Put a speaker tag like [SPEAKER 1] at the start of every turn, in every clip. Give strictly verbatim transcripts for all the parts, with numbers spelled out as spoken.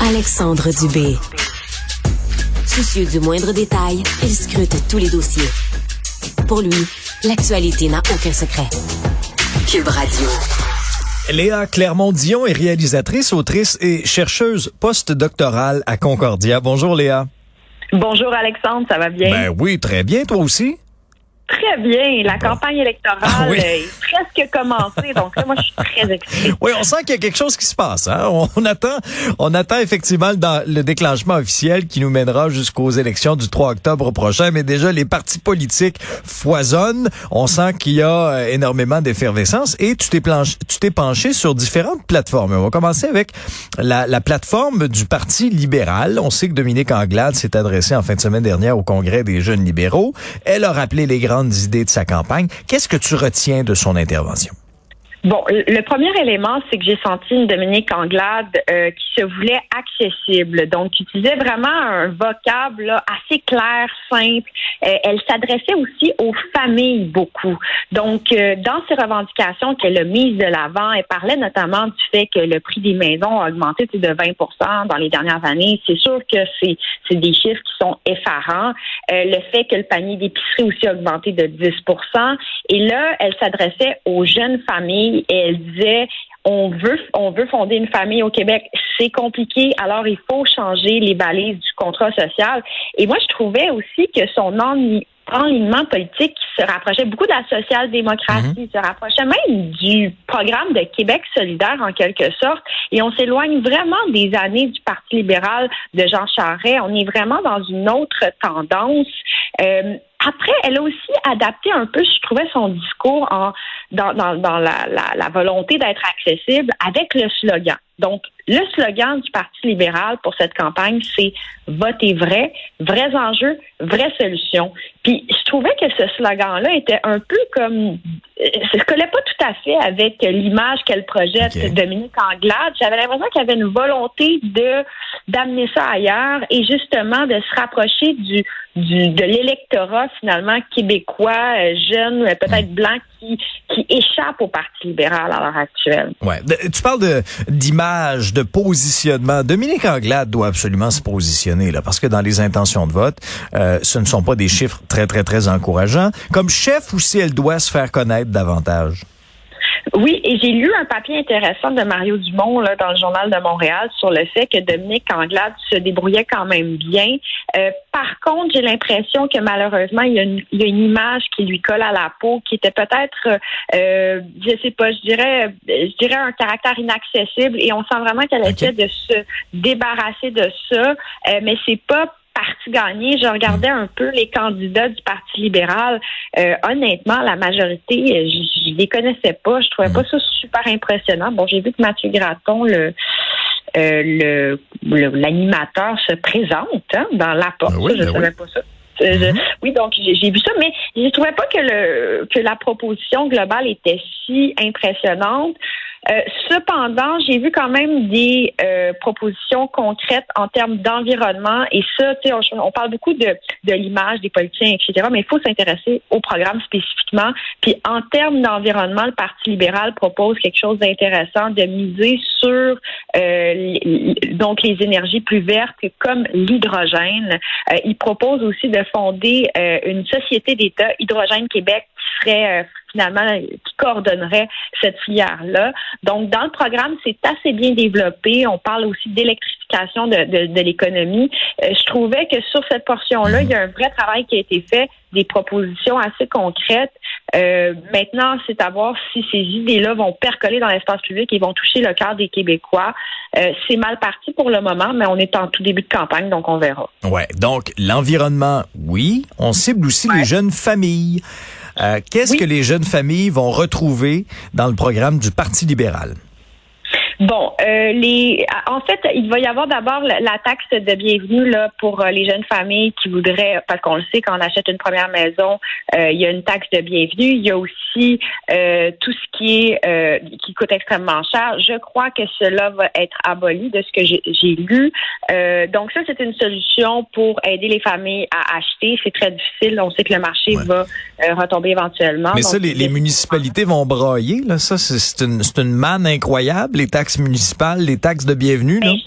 [SPEAKER 1] Alexandre Dubé. Soucieux du moindre détail, il scrute tous les dossiers. Pour lui, l'actualité n'a aucun secret. Cube Radio.
[SPEAKER 2] Léa Clermont-Dion est réalisatrice, autrice et chercheuse postdoctorale à Concordia. Bonjour Léa.
[SPEAKER 3] Bonjour Alexandre, ça va bien?
[SPEAKER 2] Ben oui, très bien, toi aussi?
[SPEAKER 3] Très bien. La bon. campagne électorale ah oui. est presque commencée, donc là, moi, je suis très excitée.
[SPEAKER 2] Oui, on sent qu'il y a quelque chose qui se passe. Hein? On, on attend, on attend effectivement dans le déclenchement officiel qui nous mènera jusqu'aux élections du trois octobre prochain, mais déjà, les partis politiques foisonnent. On sent qu'il y a énormément d'effervescence et tu t'es, planché, tu t'es penché sur différentes plateformes. On va commencer avec la, la plateforme du Parti libéral. On sait que Dominique Anglade s'est adressée en fin de semaine dernière au Congrès des jeunes libéraux. Elle a rappelé les grandes idées de sa campagne. Qu'est-ce que tu retiens de son intervention?
[SPEAKER 3] Bon, le premier élément, c'est que j'ai senti une Dominique Anglade euh, qui se voulait accessible. Donc, qui utilisait vraiment un vocable là, assez clair, simple. Euh, elle s'adressait aussi aux familles beaucoup. Donc, euh, dans ses revendications qu'elle a mises de l'avant, elle parlait notamment du fait que le prix des maisons a augmenté de vingt pour cent dans les dernières années. C'est sûr que c'est, c'est des chiffres qui sont effarants. Euh, le fait que le panier d'épicerie aussi a augmenté de dix pour cent. Et là, elle s'adressait aux jeunes familles. Et elle disait, on veut, on veut fonder une famille au Québec, c'est compliqué, alors il faut changer les balises du contrat social. Et moi, je trouvais aussi que son ennui, enlignement politique qui se rapprochait beaucoup de la social-démocratie, mmh. se rapprochait même du programme de Québec solidaire en quelque sorte, et on s'éloigne vraiment des années du Parti libéral de Jean Charest. On est vraiment dans une autre tendance. Euh, Après, elle a aussi adapté un peu, je trouvais, son discours en, dans, dans, dans la, la, la volonté d'être accessible avec le slogan. Donc, le slogan du Parti libéral pour cette campagne, c'est « Votez vrai, vrais enjeux, vraies solutions ». Puis, je trouvais que ce slogan-là était un peu comme... Ça ne collait pas tout à fait avec l'image qu'elle projette, okay. Dominique Anglade. J'avais l'impression qu'il y avait une volonté de d'amener ça ailleurs et justement de se rapprocher du, du de l'électorat, finalement, québécois, jeune, peut-être mmh. blanc, qui, qui échappe au Parti libéral à l'heure actuelle.
[SPEAKER 2] Ouais. Tu parles de d'image, de positionnement. Dominique Anglade doit absolument se positionner, là, parce que dans les intentions de vote, euh, ce ne sont pas des chiffres très, très, très encourageants. Comme chef aussi, elle doit se faire connaître davantage.
[SPEAKER 3] Oui, et j'ai lu un papier intéressant de Mario Dumont là, dans le Journal de Montréal sur le fait que Dominique Anglade se débrouillait quand même bien. Euh, par contre, j'ai l'impression que malheureusement, il y a une, il y a une image qui lui colle à la peau, qui était peut-être, euh, je sais pas, je dirais, je dirais un caractère inaccessible, et on sent vraiment qu'elle okay. essaie de se débarrasser de ça, euh, mais c'est pas parti gagné. Je regardais un peu les candidats du Parti libéral. Euh, honnêtement, la majorité, je, je les connaissais pas. Je trouvais pas ça super impressionnant. Bon, j'ai vu que Mathieu Gratton, le euh, le, le l'animateur, se présente hein, dans la porte. Oui, ça, je ben savais oui. pas ça. Euh, mm-hmm. je, oui, donc j'ai, j'ai vu ça, mais je trouvais pas que le que la proposition globale était si impressionnante. Euh, cependant, j'ai vu quand même des euh, propositions concrètes en termes d'environnement, et ça, tu sais, on, on parle beaucoup de, de l'image des politiciens, et cetera, mais il faut s'intéresser au programme spécifiquement. Puis en termes d'environnement, le Parti libéral propose quelque chose d'intéressant, de miser sur euh, les, donc les énergies plus vertes comme l'hydrogène. Euh, il propose aussi de fonder euh, une société d'État, Hydrogène Québec, qui serait euh, finalement qui coordonnerait cette filière-là. Donc, dans le programme, c'est assez bien développé. On parle aussi d'électrification de, de, de l'économie. Euh, je trouvais que sur cette portion-là, il y a un vrai travail qui a été fait, des propositions assez concrètes. Euh, maintenant, c'est à voir si ces idées-là vont percoler dans l'espace public et vont toucher le cœur des Québécois. Euh, c'est mal parti pour le moment, mais on est en tout début de campagne, donc on verra.
[SPEAKER 2] Ouais. Donc, l'environnement, oui. On cible aussi ouais. les jeunes familles. Euh, qu'est-ce oui. que les jeunes familles vont retrouver dans le programme du Parti libéral?
[SPEAKER 3] Bon, euh, les, en fait, il va y avoir d'abord la, la taxe de bienvenue là pour euh, les jeunes familles qui voudraient, parce qu'on le sait, quand on achète une première maison, euh, il y a une taxe de bienvenue. Il y a aussi euh, tout ce qui est euh, qui coûte extrêmement cher. Je crois que cela va être aboli de ce que j'ai, j'ai lu. Euh, donc ça, c'est une solution pour aider les familles à acheter. C'est très difficile. On sait que le marché ouais. va euh, retomber éventuellement.
[SPEAKER 2] Mais
[SPEAKER 3] donc,
[SPEAKER 2] ça, les, les municipalités vont brailler. Là, ça, c'est, c'est une c'est une manne incroyable. Les taxes municipales, les taxes de bienvenue, là.
[SPEAKER 3] Ben,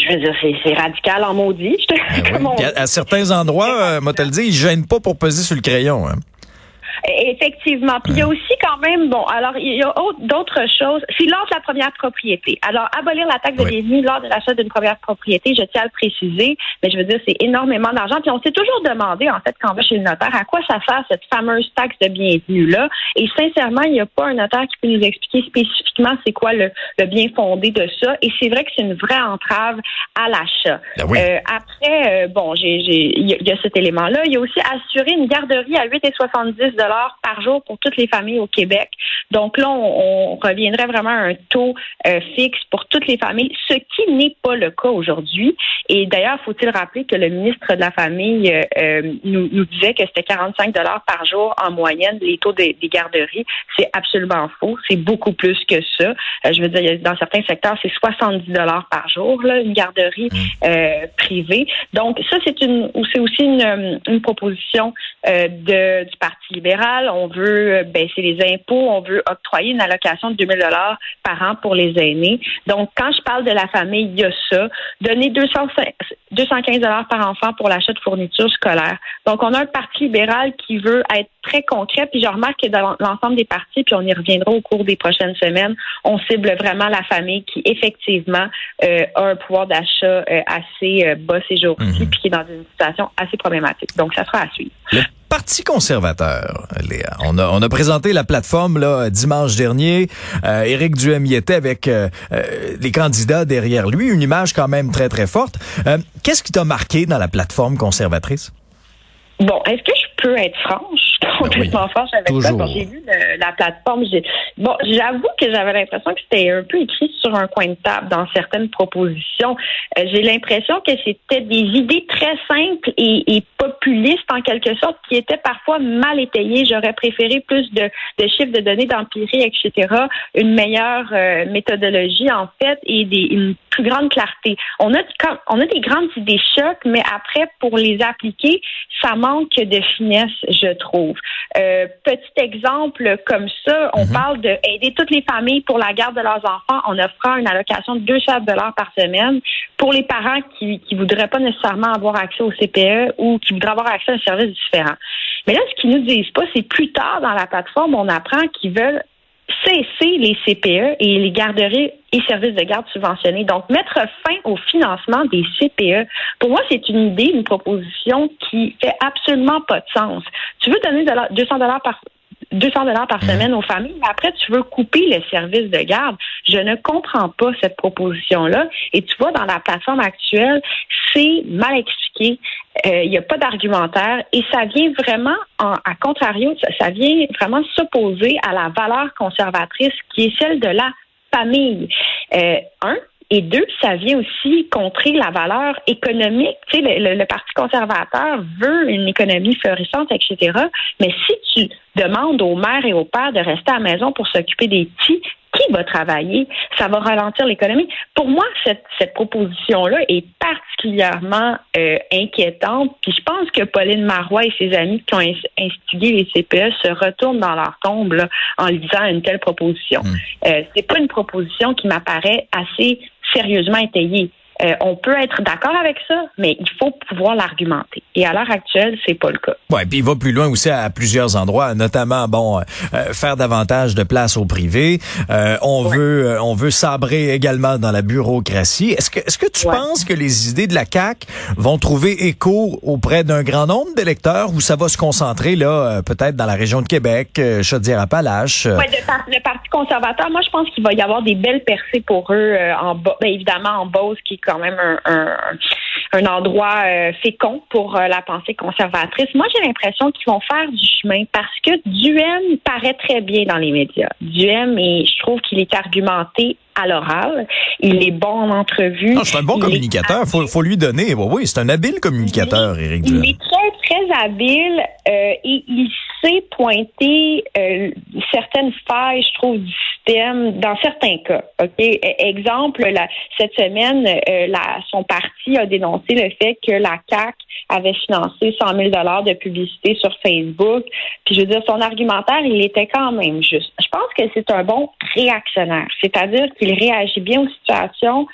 [SPEAKER 3] je veux dire, c'est, c'est radical en maudit. Je te,
[SPEAKER 2] ben oui. à, à certains endroits, euh, moi te le dis, ils gênent pas pour peser sur le crayon. Hein.
[SPEAKER 3] Effectivement. Puis il y a aussi quand même, bon, alors il y a autre, d'autres choses. C'est lors de la première propriété. Alors, abolir la taxe de
[SPEAKER 2] oui.
[SPEAKER 3] bienvenue lors de l'achat d'une première propriété, je tiens à le préciser, mais je veux dire, c'est énormément d'argent. Puis on s'est toujours demandé, en fait, quand on va chez le notaire, à quoi ça sert cette fameuse taxe de bienvenue-là. Et sincèrement, il n'y a pas un notaire qui peut nous expliquer spécifiquement c'est quoi le, le bien fondé de ça. Et c'est vrai que c'est une vraie entrave à l'achat.
[SPEAKER 2] Ben oui.
[SPEAKER 3] euh, après, euh, bon, j'ai, j'ai, il y, y a cet élément-là. Il y a aussi assurer une garderie à huit virgule soixante-dix dollars par jour pour toutes les familles au Québec. Donc là, on, on reviendrait vraiment à un taux euh, fixe pour toutes les familles, ce qui n'est pas le cas aujourd'hui. Et d'ailleurs, faut-il rappeler que le ministre de la Famille euh, nous, nous disait que c'était quarante-cinq dollars par jour en moyenne, les taux des, des garderies. C'est absolument faux. C'est beaucoup plus que ça. Euh, je veux dire, dans certains secteurs, c'est soixante-dix dollars par jour, là, une garderie euh, privée. Donc ça, c'est une, c'est aussi une, une proposition euh, de, du Parti libéral. On veut baisser les impôts, on veut octroyer une allocation de deux mille dollars par an pour les aînés. Donc, quand je parle de la famille, il y a ça. Donner deux cent quinze dollars par enfant pour l'achat de fournitures scolaires. Donc, on a un Parti libéral qui veut être très concret, puis je remarque que dans l'ensemble des partis, puis on y reviendra au cours des prochaines semaines, on cible vraiment la famille qui, effectivement, euh, a un pouvoir d'achat euh, assez euh, bas ces jours-ci, mm-hmm. puis qui est dans une situation assez problématique. Donc, ça sera à suivre.
[SPEAKER 2] Le Parti conservateur, Léa. On a, on a présenté la plateforme là dimanche dernier. Euh, Éric Duhem y était avec euh, euh, les candidats derrière lui. Une image quand même très, très forte. Euh, qu'est-ce qui t'a marqué dans la plateforme conservatrice?
[SPEAKER 3] Bon, est-ce que je peux être franche, complètement ben oui, franche avec
[SPEAKER 2] toujours.
[SPEAKER 3] ça? Quand j'ai vu le, la plateforme, j'ai bon, j'avoue que j'avais l'impression que c'était un peu écrit sur un coin de table dans certaines propositions. Euh, j'ai l'impression que c'était des idées très simples et, et populistes en quelque sorte qui étaient parfois mal étayées. J'aurais préféré plus de, de chiffres, de données d'empirie, et cetera. Une meilleure euh, méthodologie en fait et des, une plus grande clarté. On a on a des grandes idées chocs, mais après pour les appliquer, ça manque de finesse, je trouve. Euh, petit exemple comme ça, on mm-hmm. parle d'aider toutes les familles pour la garde de leurs enfants en offrant une allocation de deux cents dollars par semaine pour les parents qui qui voudraient pas nécessairement avoir accès au C P E ou qui voudraient avoir accès à un service différent. Mais là, ce qu'ils nous disent pas, c'est plus tard dans la plateforme, on apprend qu'ils veulent cesser les C P E et les garderies et services de garde subventionnés. Donc, mettre fin au financement des C P E. Pour moi, c'est une idée, une proposition qui fait absolument pas de sens. Tu veux donner deux cents dollars par deux cents dollars par semaine aux familles, mais après, tu veux couper le service de garde. Je ne comprends pas cette proposition-là. Et tu vois, dans la plateforme actuelle, c'est mal expliqué. Il n'y euh, a pas d'argumentaire et ça vient vraiment, en, à contrario, ça, ça vient vraiment s'opposer à la valeur conservatrice qui est celle de la famille. Euh, un, et deux, ça vient aussi contrer la valeur économique. Tu sais, le, le, le Parti conservateur veut une économie florissante, et cetera. Mais si tu demandes aux mères et aux pères de rester à la maison pour s'occuper des petits, qui va travailler? Ça va ralentir l'économie. Pour moi, cette, cette proposition-là est particulièrement euh, inquiétante. Puis je pense que Pauline Marois et ses amis qui ont instigé les C P E se retournent dans leur tombe là, en lisant une telle proposition. Mmh. Euh, c'est pas une proposition qui m'apparaît assez sérieusement étayée. Euh, on peut être d'accord avec ça, mais il faut pouvoir l'argumenter. Et à l'heure actuelle, c'est pas le cas.
[SPEAKER 2] Ouais, puis il va plus loin aussi à, à plusieurs endroits, notamment bon euh, faire davantage de place au privé. Euh, on ouais. veut euh, on veut sabrer également dans la bureaucratie. Est-ce que est-ce que tu ouais. penses que les idées de la C A Q vont trouver écho auprès d'un grand nombre d'électeurs ou ça va se concentrer là euh, peut-être dans la région de Québec, euh, Chaudière-Appalaches? Euh...
[SPEAKER 3] Oui, le, par- le Parti conservateur, moi je pense qu'il va y avoir des belles percées pour eux euh, en bas, ben, évidemment en Beauce qui est quand même un, un, un endroit euh, fécond pour euh, la pensée conservatrice. Moi, j'ai l'impression qu'ils vont faire du chemin parce que Duhem paraît très bien dans les médias. Duhem, et je trouve qu'il est argumenté à l'oral. Il est bon en entrevue.
[SPEAKER 2] Non, c'est un bon il communicateur. Faut, faut lui donner. Oui, oui, c'est un habile communicateur,
[SPEAKER 3] il,
[SPEAKER 2] Éric Duhem.
[SPEAKER 3] Il est très, très habile euh, et il sait pointer euh, certaines failles, je trouve, du système dans certains cas. Ok, exemple, la, cette semaine, euh, la, son parti a dénoncé le fait que la C A Q avait financé cent mille dollars de publicité sur Facebook. Puis je veux dire, son argumentaire, il était quand même juste. Je pense que c'est un bon réactionnaire, c'est-à-dire qu'il réagit bien aux situations.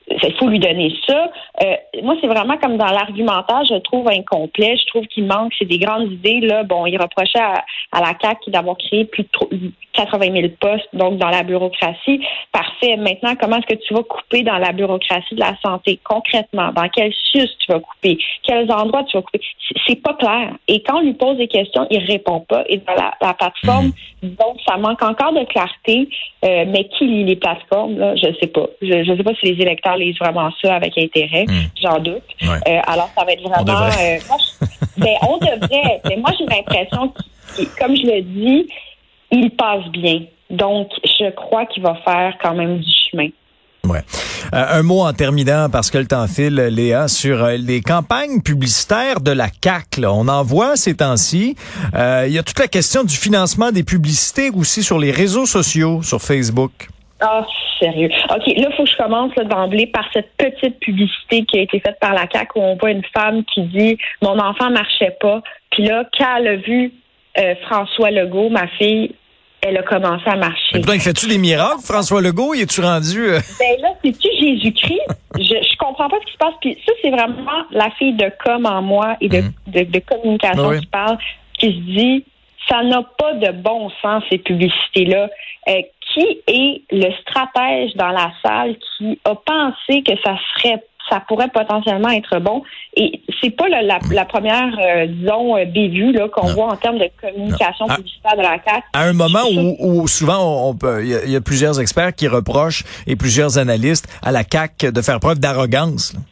[SPEAKER 3] il faut lui donner ça. Euh, moi, c'est vraiment comme dans l'argumentaire, je trouve incomplet. Je trouve qu'il manque, c'est des grandes idées. Là, bon, il reprochait à, à la C A Q d'avoir créé plus de quatre-vingt mille postes, donc dans la bureaucratie. Parfait. Maintenant, comment est-ce que tu vas couper dans la bureaucratie de la santé concrètement? Dans quel S U S tu vas couper? Quels endroits tu vas couper? C'est pas clair. Et quand on lui pose des questions, il répond pas. Et dans la, la plateforme, mmh. donc ça manque encore de clarté. Euh, mais qui lit les plateformes? Là? Je sais pas. Je, je sais pas si les électeurs lisent vraiment ça avec intérêt. Mmh. J'en doute. Ouais. Euh, alors, ça va être vraiment... On devrait. Euh, moi, je, ben, on devrait. Mais moi, j'ai l'impression qu'il, comme je le dis, il passe bien. Donc, je crois qu'il va faire quand même du chemin.
[SPEAKER 2] Ouais. Euh, un mot en terminant, parce que le temps file, Léa, sur euh, les campagnes publicitaires de la C A Q. Là. On en voit ces temps-ci. Euh, il y a toute la question du financement des publicités aussi sur les réseaux sociaux, sur Facebook.
[SPEAKER 3] Ah, oh, sérieux. OK, là, il faut que je commence là, d'emblée par cette petite publicité qui a été faite par la C A Q où on voit une femme qui dit « Mon enfant marchait pas ». Puis là, quand elle a vu euh, François Legault, ma fille, elle a commencé à marcher.
[SPEAKER 2] Mais putain, fais-tu des miracles, François Legault? Y es-tu rendu? Euh...
[SPEAKER 3] Ben là, c'est-tu Jésus-Christ? je, je comprends pas ce qui se passe. Puis ça, c'est vraiment la fille de com en moi et de, mmh. de, de communication oui. qui parle, qui se dit, ça n'a pas de bon sens, ces publicités-là. Euh, qui est le stratège dans la salle qui a pensé que ça serait ça pourrait potentiellement être bon. Et c'est pas la, la, la première, euh, disons, bévue là, qu'on non. voit en termes de communication à, publicitaire de la C A Q.
[SPEAKER 2] À un moment où, où souvent, on peut, il y, y a plusieurs experts qui reprochent et plusieurs analystes à la C A Q de faire preuve d'arrogance. Là.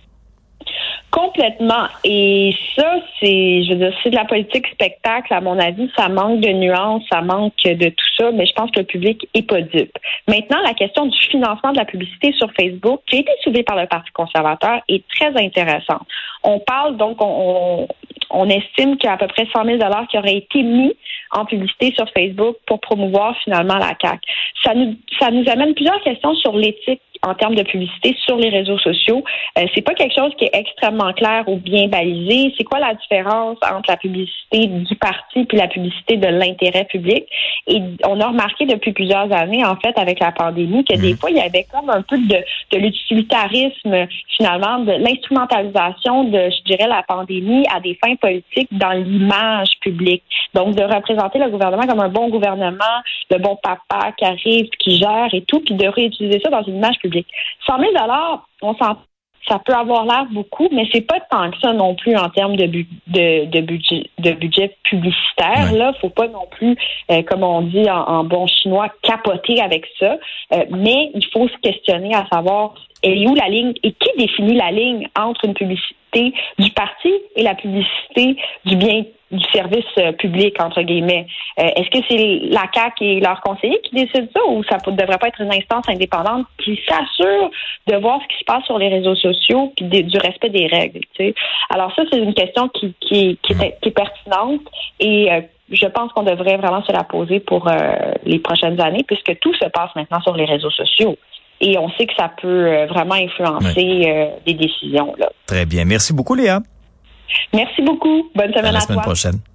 [SPEAKER 3] Complètement. Et ça, c'est, je veux dire, c'est de la politique spectacle. À mon avis, ça manque de nuances, ça manque de tout ça, mais je pense que le public est pas dupe. Maintenant, la question du financement de la publicité sur Facebook, qui a été soulevée par le Parti conservateur, est très intéressante. On parle donc, on, on, on estime qu'il y a à peu près cent mille dollars qui auraient été mis en publicité sur Facebook pour promouvoir finalement la C A Q. Ça nous, ça nous amène plusieurs questions sur l'éthique en termes de publicité sur les réseaux sociaux. Euh, c'est pas quelque chose qui est extrêmement clair ou bien balisé. C'est quoi la différence entre la publicité du parti puis la publicité de l'intérêt public? Et on a remarqué depuis plusieurs années, en fait, avec la pandémie, que mmh. des fois, il y avait comme un peu de, de l'utilitarisme, finalement, de l'instrumentalisation de, je dirais, la pandémie à des fins politiques dans l'image publique. Donc, de représenter le gouvernement comme un bon gouvernement, le bon papa qui arrive, qui gère et tout, puis de réutiliser ça dans une image publique. cent mille dollars, on s'en, ça peut avoir l'air beaucoup, mais c'est pas tant que ça non plus en termes de, bu, de, de budget, de budget publicitaire. Ouais. Là, faut pas non plus, euh, comme on dit en, en bon chinois, capoter avec ça. Euh, mais il faut se questionner à savoir elle est où la ligne et qui définit la ligne entre une publicité du parti et la publicité du bien du service euh, public, entre guillemets. Euh, est-ce que c'est la C A Q et leurs conseillers qui décident ça ou ça ne devrait pas être une instance indépendante qui s'assure de voir ce qui se passe sur les réseaux sociaux et de, du respect des règles? Tu sais? Alors ça, c'est une question qui, qui, qui, est, qui est pertinente et euh, je pense qu'on devrait vraiment se la poser pour euh, les prochaines années puisque tout se passe maintenant sur les réseaux sociaux. Et on sait que ça peut euh, vraiment influencer oui. euh, des décisions. Là.
[SPEAKER 2] Très bien. Merci beaucoup, Léa.
[SPEAKER 3] Merci beaucoup. Bonne semaine à,
[SPEAKER 2] à la semaine
[SPEAKER 3] toi.
[SPEAKER 2] prochaine.